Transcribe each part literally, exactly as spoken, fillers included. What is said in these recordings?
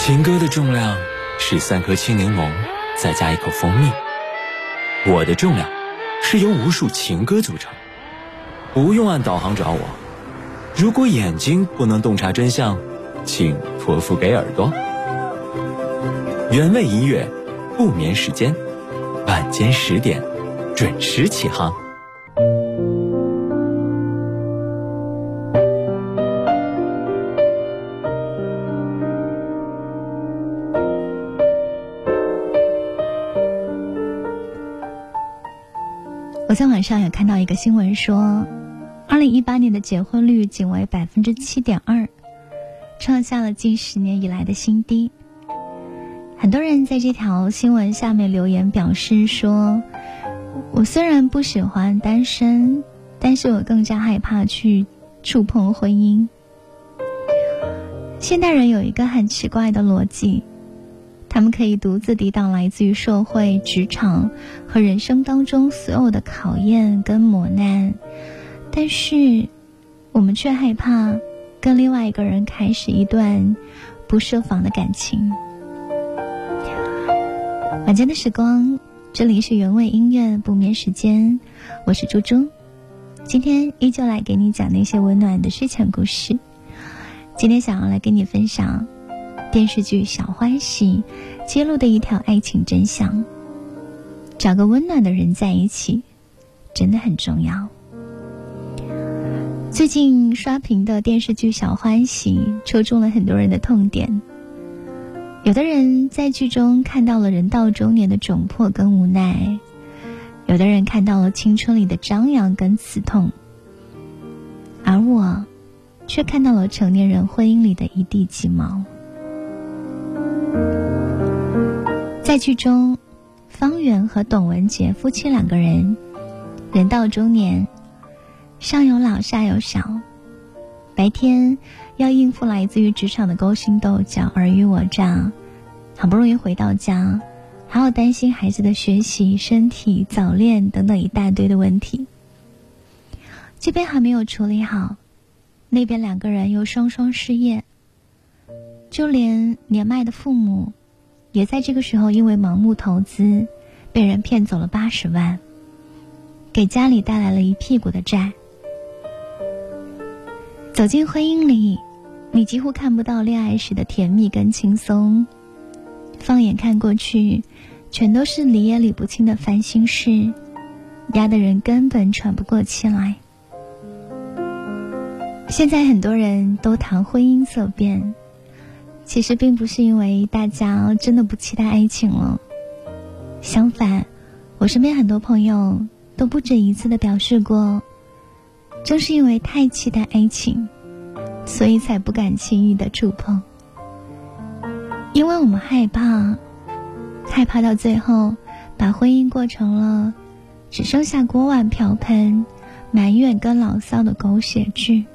情歌的重量是三颗青柠檬，再加一口蜂蜜。我的重量是由无数情歌组成。不用按导航找我，如果眼睛不能洞察真相，请托付给耳朵。原味音乐，不眠时间，晚间十点准时起航。 我在网上有看到一个新闻说，二零一八年的结婚率仅为百分之七点二，创下了近十年以来的新低。很多人在这条新闻下面留言表示说，我虽然不喜欢单身，但是我更加害怕去触碰婚姻。现代人有一个很奇怪的逻辑，他们可以独自抵挡来自于社会、职场和人生当中所有的考验跟磨难，但是我们却害怕跟另外一个人开始一段不设防的感情。晚间的时光，这里是原味音乐不眠时间，我是猪猪。今天依旧来给你讲那些温暖的睡前故事。今天想要来跟你分享电视剧《小欢喜》揭露的一条爱情真相：找个温暖的人在一起真的很重要。最近刷屏的电视剧《小欢喜》戳中了很多人的痛点。有的人在剧中看到了人到中年的窘迫跟无奈，有的人看到了青春里的张扬跟刺痛，而我却看到了成年人婚姻里的一地鸡毛。在剧中，方圆和董文杰夫妻两个人人到中年，上有老下有小，白天要应付来自于职场的勾心斗角、尔虞我诈，好不容易回到家还要担心孩子的学习、身体、早恋等等一大堆的问题。这边还没有处理好，那边两个人又双双失业，就连年迈的父母也在这个时候因为盲目投资被人骗走了八十万，给家里带来了一屁股的债。走进婚姻里，你几乎看不到恋爱时的甜蜜跟轻松，放眼看过去，全都是理也理不清的烦心事，压得人根本喘不过气来。现在很多人都谈婚姻色变，其实并不是因为大家真的不期待爱情了，相反，我身边很多朋友都不止一次地表示过，正是因为太期待爱情，所以才不敢轻易地触碰。因为我们害怕，害怕到最后把婚姻过成了只剩下锅碗瓢盆、埋怨跟牢骚的狗血剧。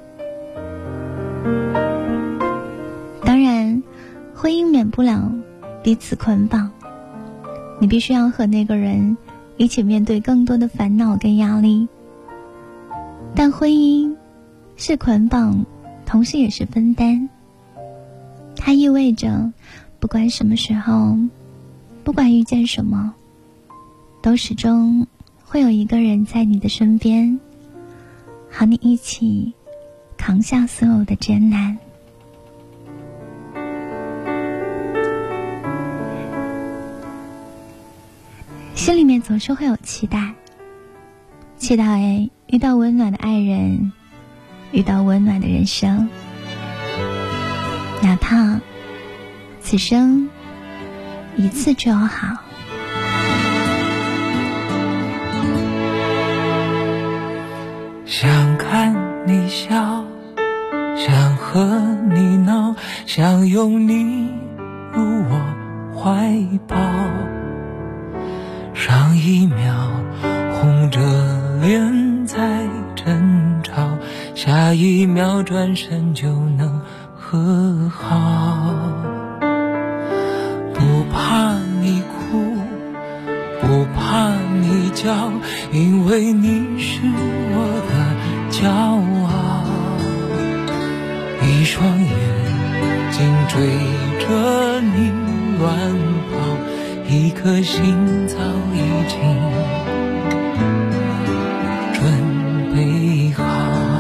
当然，婚姻免不了彼此捆绑，你必须要和那个人一起面对更多的烦恼跟压力。但婚姻是捆绑，同时也是分担。它意味着不管什么时候，不管遇见什么，都始终会有一个人在你的身边，和你一起扛下所有的艰难。心里面总是会有期待，期待遇到温暖的爱人，遇到温暖的人生，哪怕此生一次就好。 想看你笑，想和你闹，想拥你入我怀抱，上一秒红着脸在争吵，下一秒转身就能和好。不怕你哭，不怕你叫，因为你是我的骄傲。一双眼紧追着你乱跑，一颗心早已经准备好。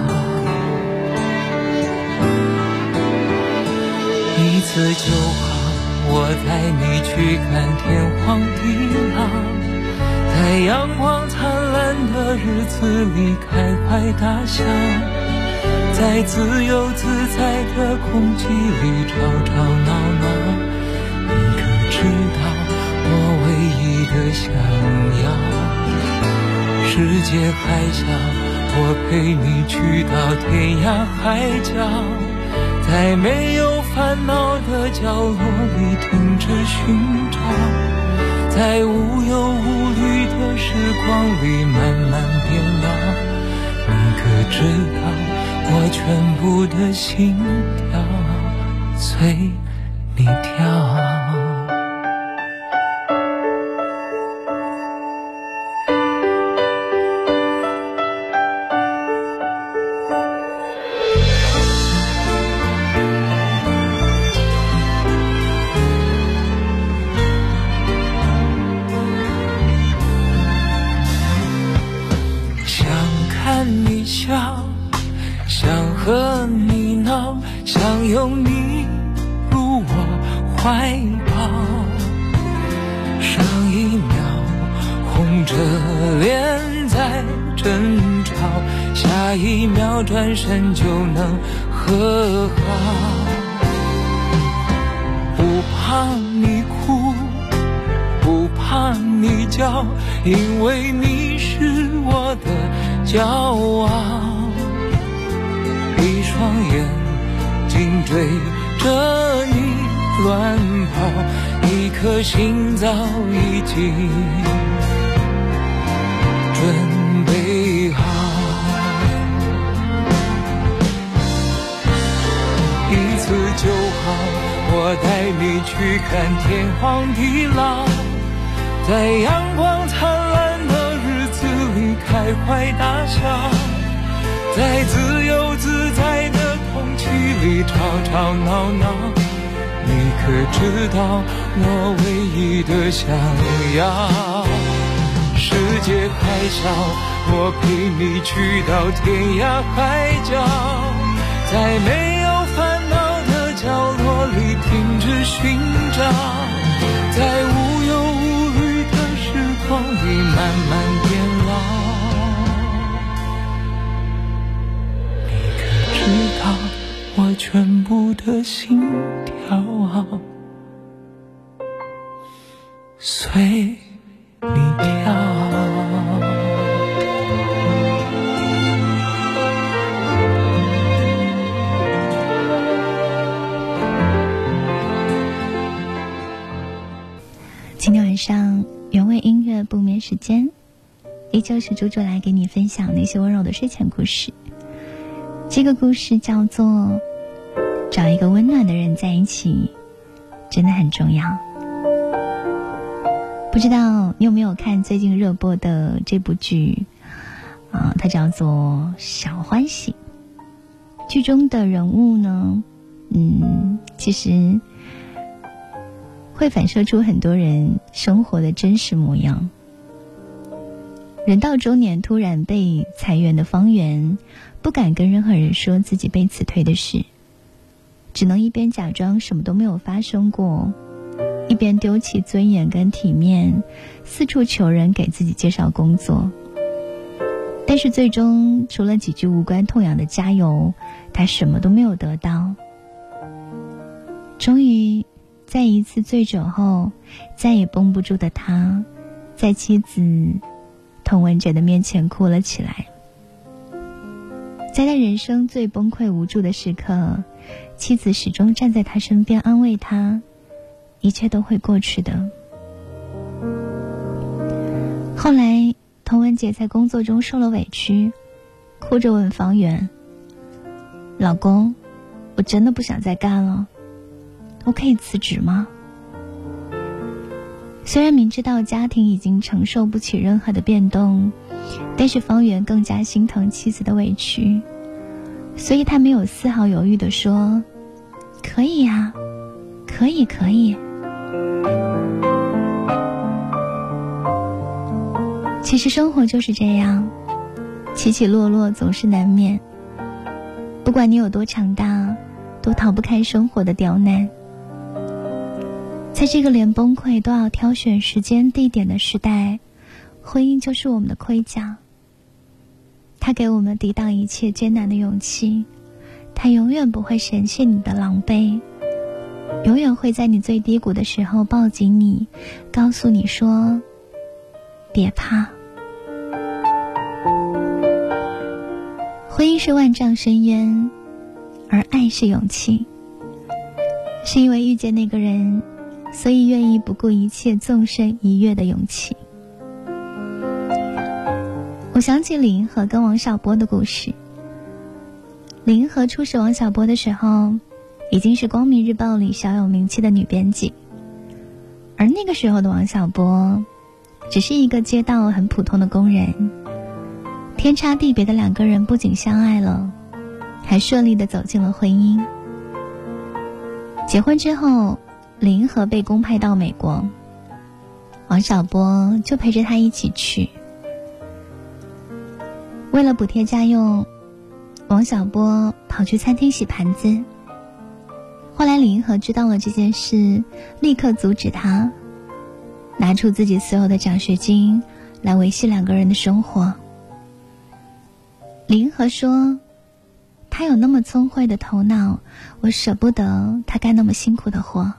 一次就好，我带你去看天荒地老，在阳光灿烂的日子里开怀大笑，在自由自在的空气里吵吵闹闹。你可知道我唯一的想要，世界还小，我陪你去到天涯海角，在没有烦恼的角落里停止寻找，在无忧无虑的时光里慢慢变老。你可知道我全部的心跳随你跳。想和你闹，想拥你入我怀抱，上一秒红着脸在争吵，下一秒转身就能和好。不怕你哭，不怕你叫，因为你是我的骄傲。一双眼紧追着你乱跑，一颗心早已经准备好。一次就好，我带你去看天荒地老，在阳光灿烂的日子里开怀大笑，在自由自在的空气里吵吵闹闹。你可知道我唯一的想要，世界还小，我陪你去到天涯海角，在没有烦恼的角落里停止寻找，在无忧无虑的时光里慢慢变老。知道我全部的心跳随你跳。 今天晚上原味音乐不眠时间，依旧是猪猪来给你分享那些温柔的睡前故事。这个故事叫做找一个温暖的人在一起真的很重要。不知道你有没有看最近热播的这部剧啊、呃，它叫做小欢喜。剧中的人物呢，嗯，其实会反射出很多人生活的真实模样。人到中年突然被裁员的方圆不敢跟任何人说自己被辞退的事，只能一边假装什么都没有发生过，一边丢弃尊严跟体面，四处求人给自己介绍工作。但是最终除了几句无关痛痒的加油，他什么都没有得到。终于在一次醉酒后再也绷不住的他，在妻子童文杰的面前哭了起来。在他人生最崩溃无助的时刻，妻子始终站在他身边安慰他，一切都会过去的。后来童文杰在工作中受了委屈，哭着问方圆，老公，我真的不想再干了，我可以辞职吗？虽然明知道家庭已经承受不起任何的变动，但是方圆更加心疼妻子的委屈，所以他没有丝毫犹豫地说， 可以啊，可以可以。其实生活就是这样，起起落落总是难免。不管你有多强大，都逃不开生活的刁难。在这个连崩溃都要挑选时间地点的时代，婚姻就是我们的盔甲。它给我们抵挡一切艰难的勇气，它永远不会嫌弃你的狼狈，永远会在你最低谷的时候抱紧你，告诉你说别怕。婚姻是万丈深渊，而爱是勇气。是因为遇见那个人，所以愿意不顾一切纵身一跃的勇气。我想起李银河跟王小波的故事。李银河初识王小波的时候，已经是光明日报里小有名气的女编辑，而那个时候的王小波只是一个街道很普通的工人。天差地别的两个人不仅相爱了，还顺利地走进了婚姻。结婚之后，李银河被公派到美国，王小波就陪着他一起去。为了补贴家用，王小波跑去餐厅洗盘子。后来李银河知道了这件事，立刻阻止他，拿出自己所有的奖学金来维系两个人的生活。李银河说，他有那么聪慧的头脑，我舍不得他干那么辛苦的活。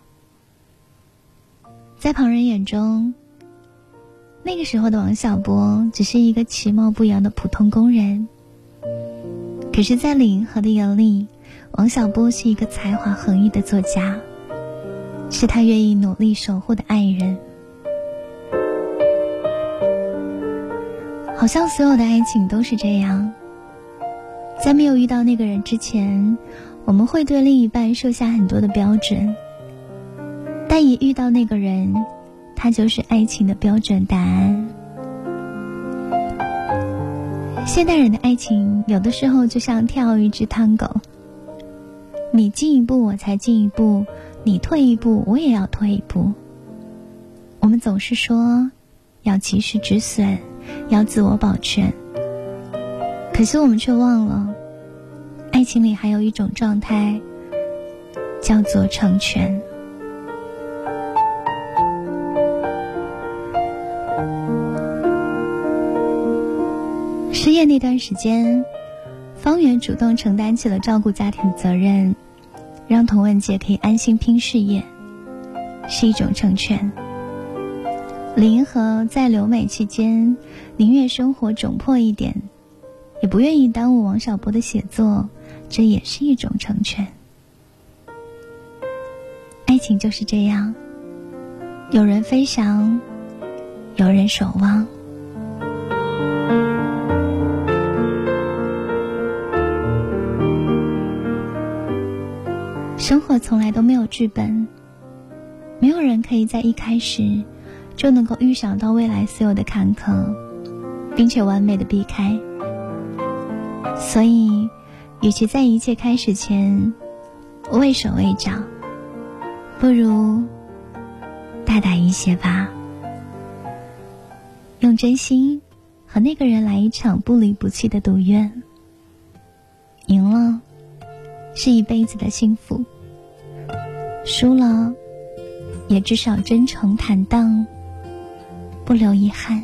在旁人眼中，那个时候的王小波只是一个其貌不扬的普通工人，可是在李银河的眼里，王小波是一个才华横溢的作家，是他愿意努力守护的爱人。好像所有的爱情都是这样，在没有遇到那个人之前，我们会对另一半设下很多的标准，但一遇到那个人，他就是爱情的标准答案。现代人的爱情有的时候就像跳一支探戈，你进一步我才进一步，你退一步我也要退一步。我们总是说要及时止损，要自我保全，可是我们却忘了，爱情里还有一种状态叫做成全。失业那段时间，方圆主动承担起了照顾家庭的责任，让童文杰可以安心拼事业，是一种成全。李银河在留美期间，宁愿生活窘迫一点，也不愿意耽误王小波的写作，这也是一种成全。爱情就是这样，有人飞翔，有人守望。生活从来都没有剧本，没有人可以在一开始就能够预想到未来所有的坎坷，并且完美的避开。所以与其在一切开始前畏手畏脚，不如大胆一些吧，用真心和那个人来一场不离不弃的赌约。赢了是一辈子的幸福，输了也至少真诚坦荡，不留遗憾。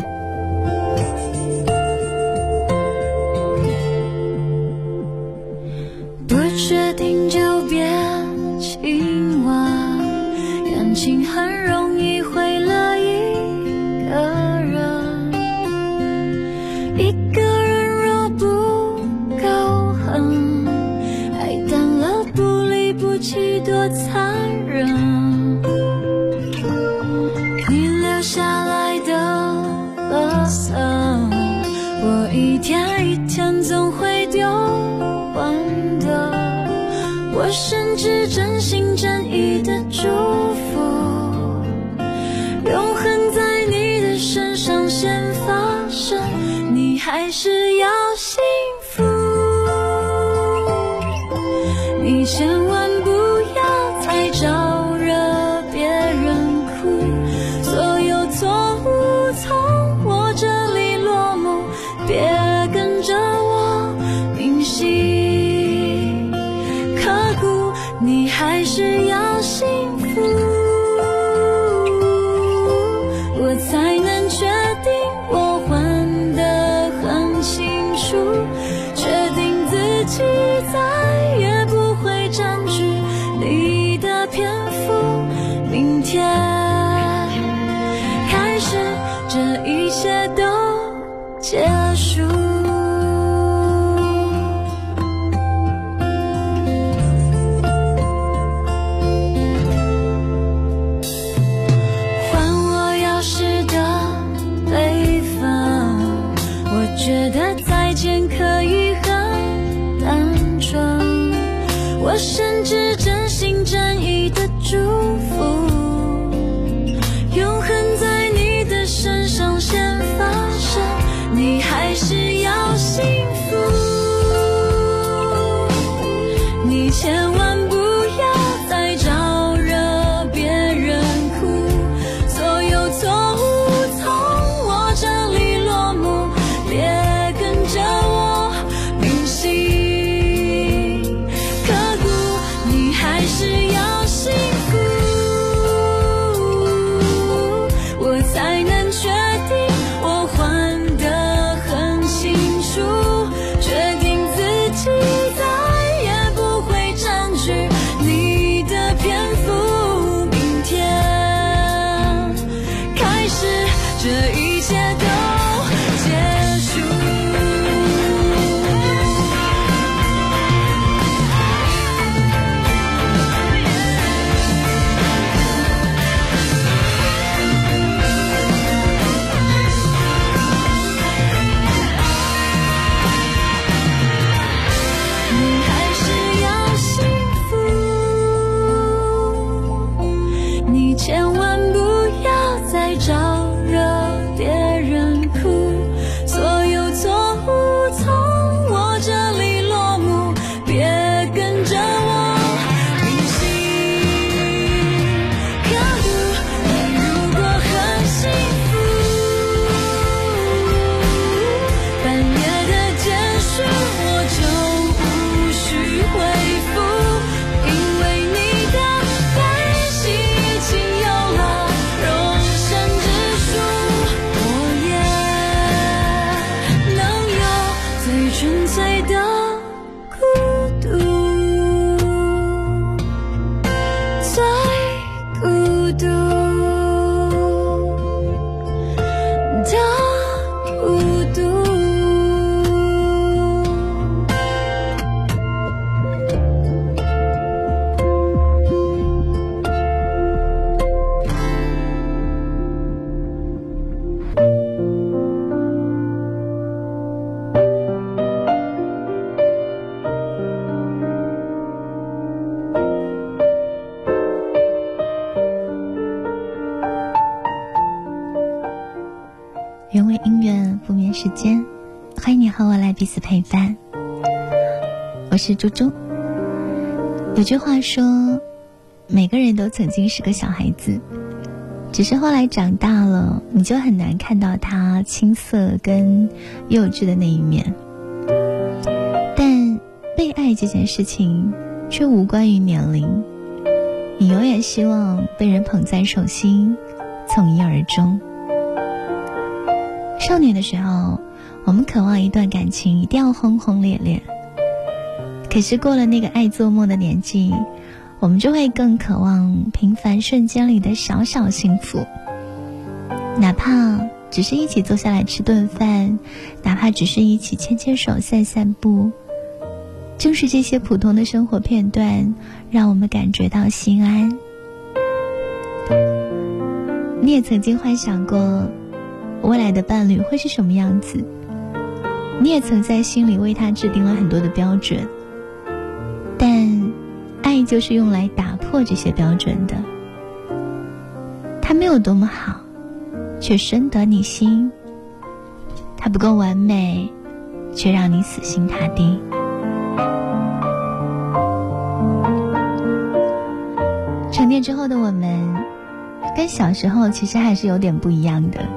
不确定就别亲吻，感情很容易毁了一个人，一个人若不够狠，爱淡了不离不弃多残忍，你留下来的垃圾，我一天一天总会丢完的，我甚至真心真意的祝福，永恒在你的身上先发生，你还是要幸福，你千万不你还是要幸福，我才能确定我还得很清楚，确定自己再也不会占据你的篇幅。明天开始，这一切都结束。觉得再见可以很单纯，我甚至真心真意的祝福，永恒在你的身上先发生，你还是要幸福，你千万不要再招惹别人哭，所有错误从我这里落幕，别跟着我铭心刻骨，你还是要幸福，我才能确定我还得很清楚，确定自己再也不会占据你的篇幅。明天开始，这一切都结束。你还是要幸福，你千万不要再招惹别人哭，所有错误从我这里落幕，别跟着我铭心刻骨。你如果很幸福，半夜的简讯我就无需回复，因为你的关系已经有了容身之术，我也能有最纯粹的孤独，最孤独的孤独。 原味音乐不眠时间，欢迎你和我来彼此陪伴。我是猪猪。有句话说，每个人都曾经是个小孩子，只是后来长大了，你就很难看到他青涩跟幼稚的那一面。但被爱这件事情却无关于年龄，你永远希望被人捧在手心，从一而终。少年的时候，我们渴望一段感情一定要轰轰烈烈，可是过了那个爱做梦的年纪，我们就会更渴望平凡瞬间里的小小幸福，哪怕只是一起坐下来吃顿饭，哪怕只是一起牵牵手散散步，正是这些普通的生活片段让我们感觉到心安。你也曾经幻想过未来的伴侣会是什么样子，你也曾在心里为他制定了很多的标准，但爱就是用来打破这些标准的。他没有多么好，却深得你心；他不够完美，却让你死心塌地。成年之后的我们，跟小时候其实还是有点不一样的。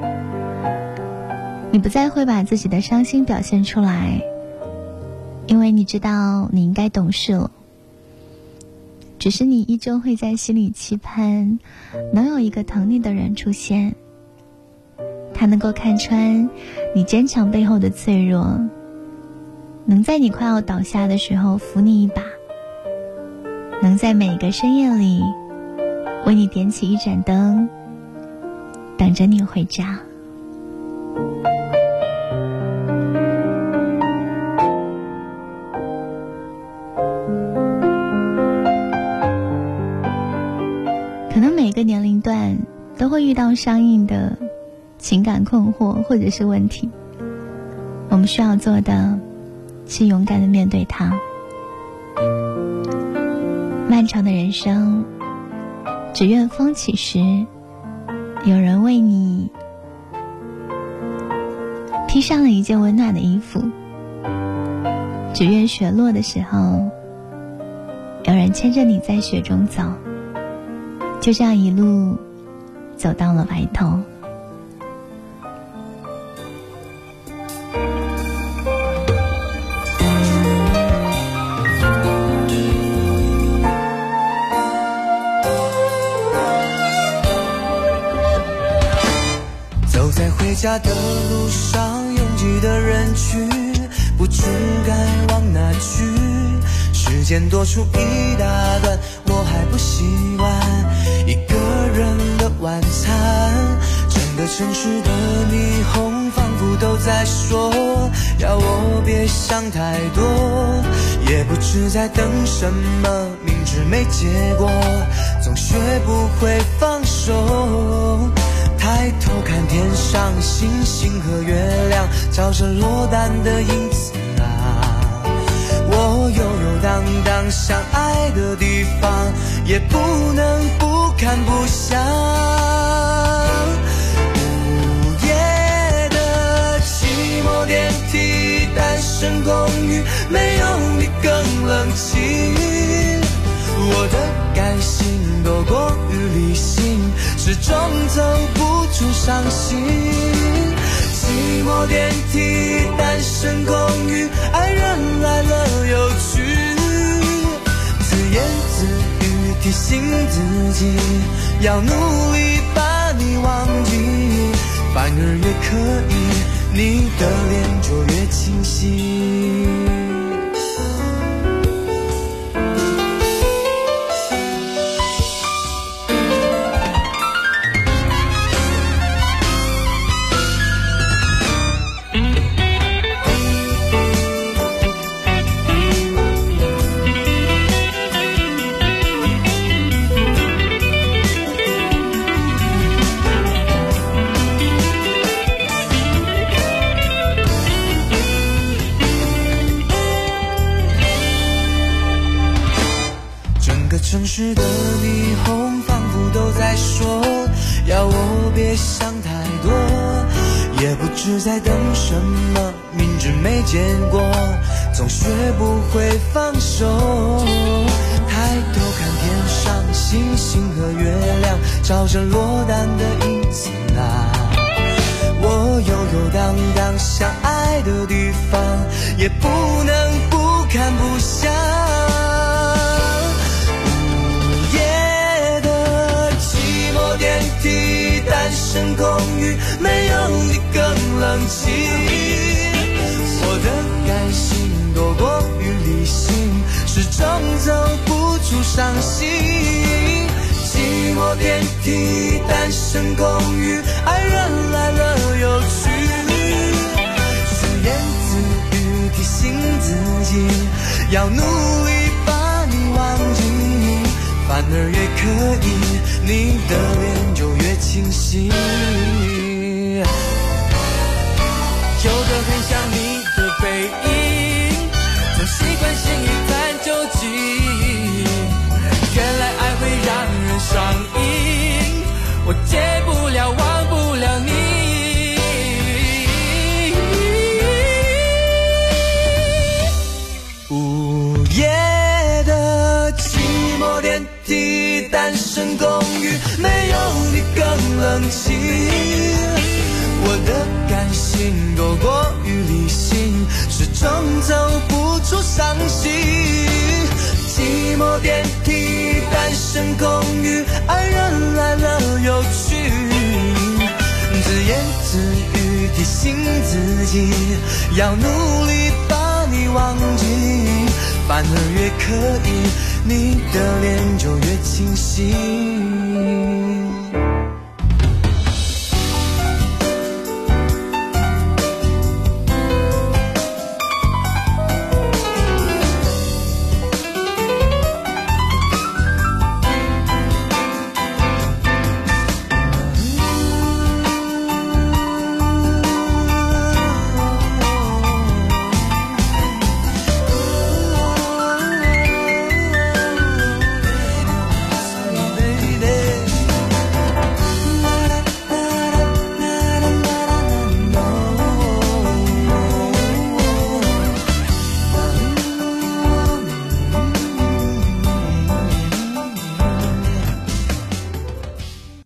你不再会把自己的伤心表现出来，因为你知道你应该懂事了。 只是你依旧会在心里期盼能有一个疼你的人出现，他能够看穿你坚强背后的脆弱，能在你快要倒下的时候扶你一把，能在每个深夜里为你点起一盏灯，等着你回家。可能每个年龄段都会遇到相应的情感困惑或者是问题，我们需要做的是勇敢的面对它。漫长的人生，只愿风起时有人为你披上了一件温暖的衣服，只愿雪落的时候有人牵着你在雪中走，就这样一路走到了白头。 走在回家的路上，拥挤的人群，不知该往哪去。时间多出一大段，我还不习惯一个人的晚餐。整个城市的霓虹仿佛都在说，要我别想太多。也不知在等什么，明知没结果，总学不会放手。抬头看天上星星和月亮，照着落单的影子啊。我悠悠荡荡想爱的地方，也不能不看不想。午夜的寂寞电梯，单身公寓，没有你更冷清。我的感性多过于理性，始终走不出伤心。寂寞电梯，单身公寓，爱人来了又去，自言自语提醒自己，要努力把你忘记，反而越刻意，你的脸就越清晰。城市的霓虹仿佛都在说，要我别想太多。也不知在等什么，明知没结果，总学不会放手。抬头看天上星星和月亮，照着落单的影子啊。我悠悠荡荡想爱的地方，也不能不看不想。电梯，单身公寓，没有你更冷清。我的感性多过于理性，始终走不出伤心。寂寞电梯，单身公寓，爱人来了又去，自言自语提醒自己，要努力把你忘记，反而越刻意，你的脸就越清晰。有个很像你的背影，总习惯性一探究竟，原来爱会让人上瘾，我戒不了忘不了你。午夜的寂寞电梯，单身公寓，没有你更冷清。我的感性多过于理性，始终走不出伤心。寂寞电梯， 生空余，爱人来了又去，自言自语提醒自己要努力把你忘记，反而越刻意，你的脸就越清晰。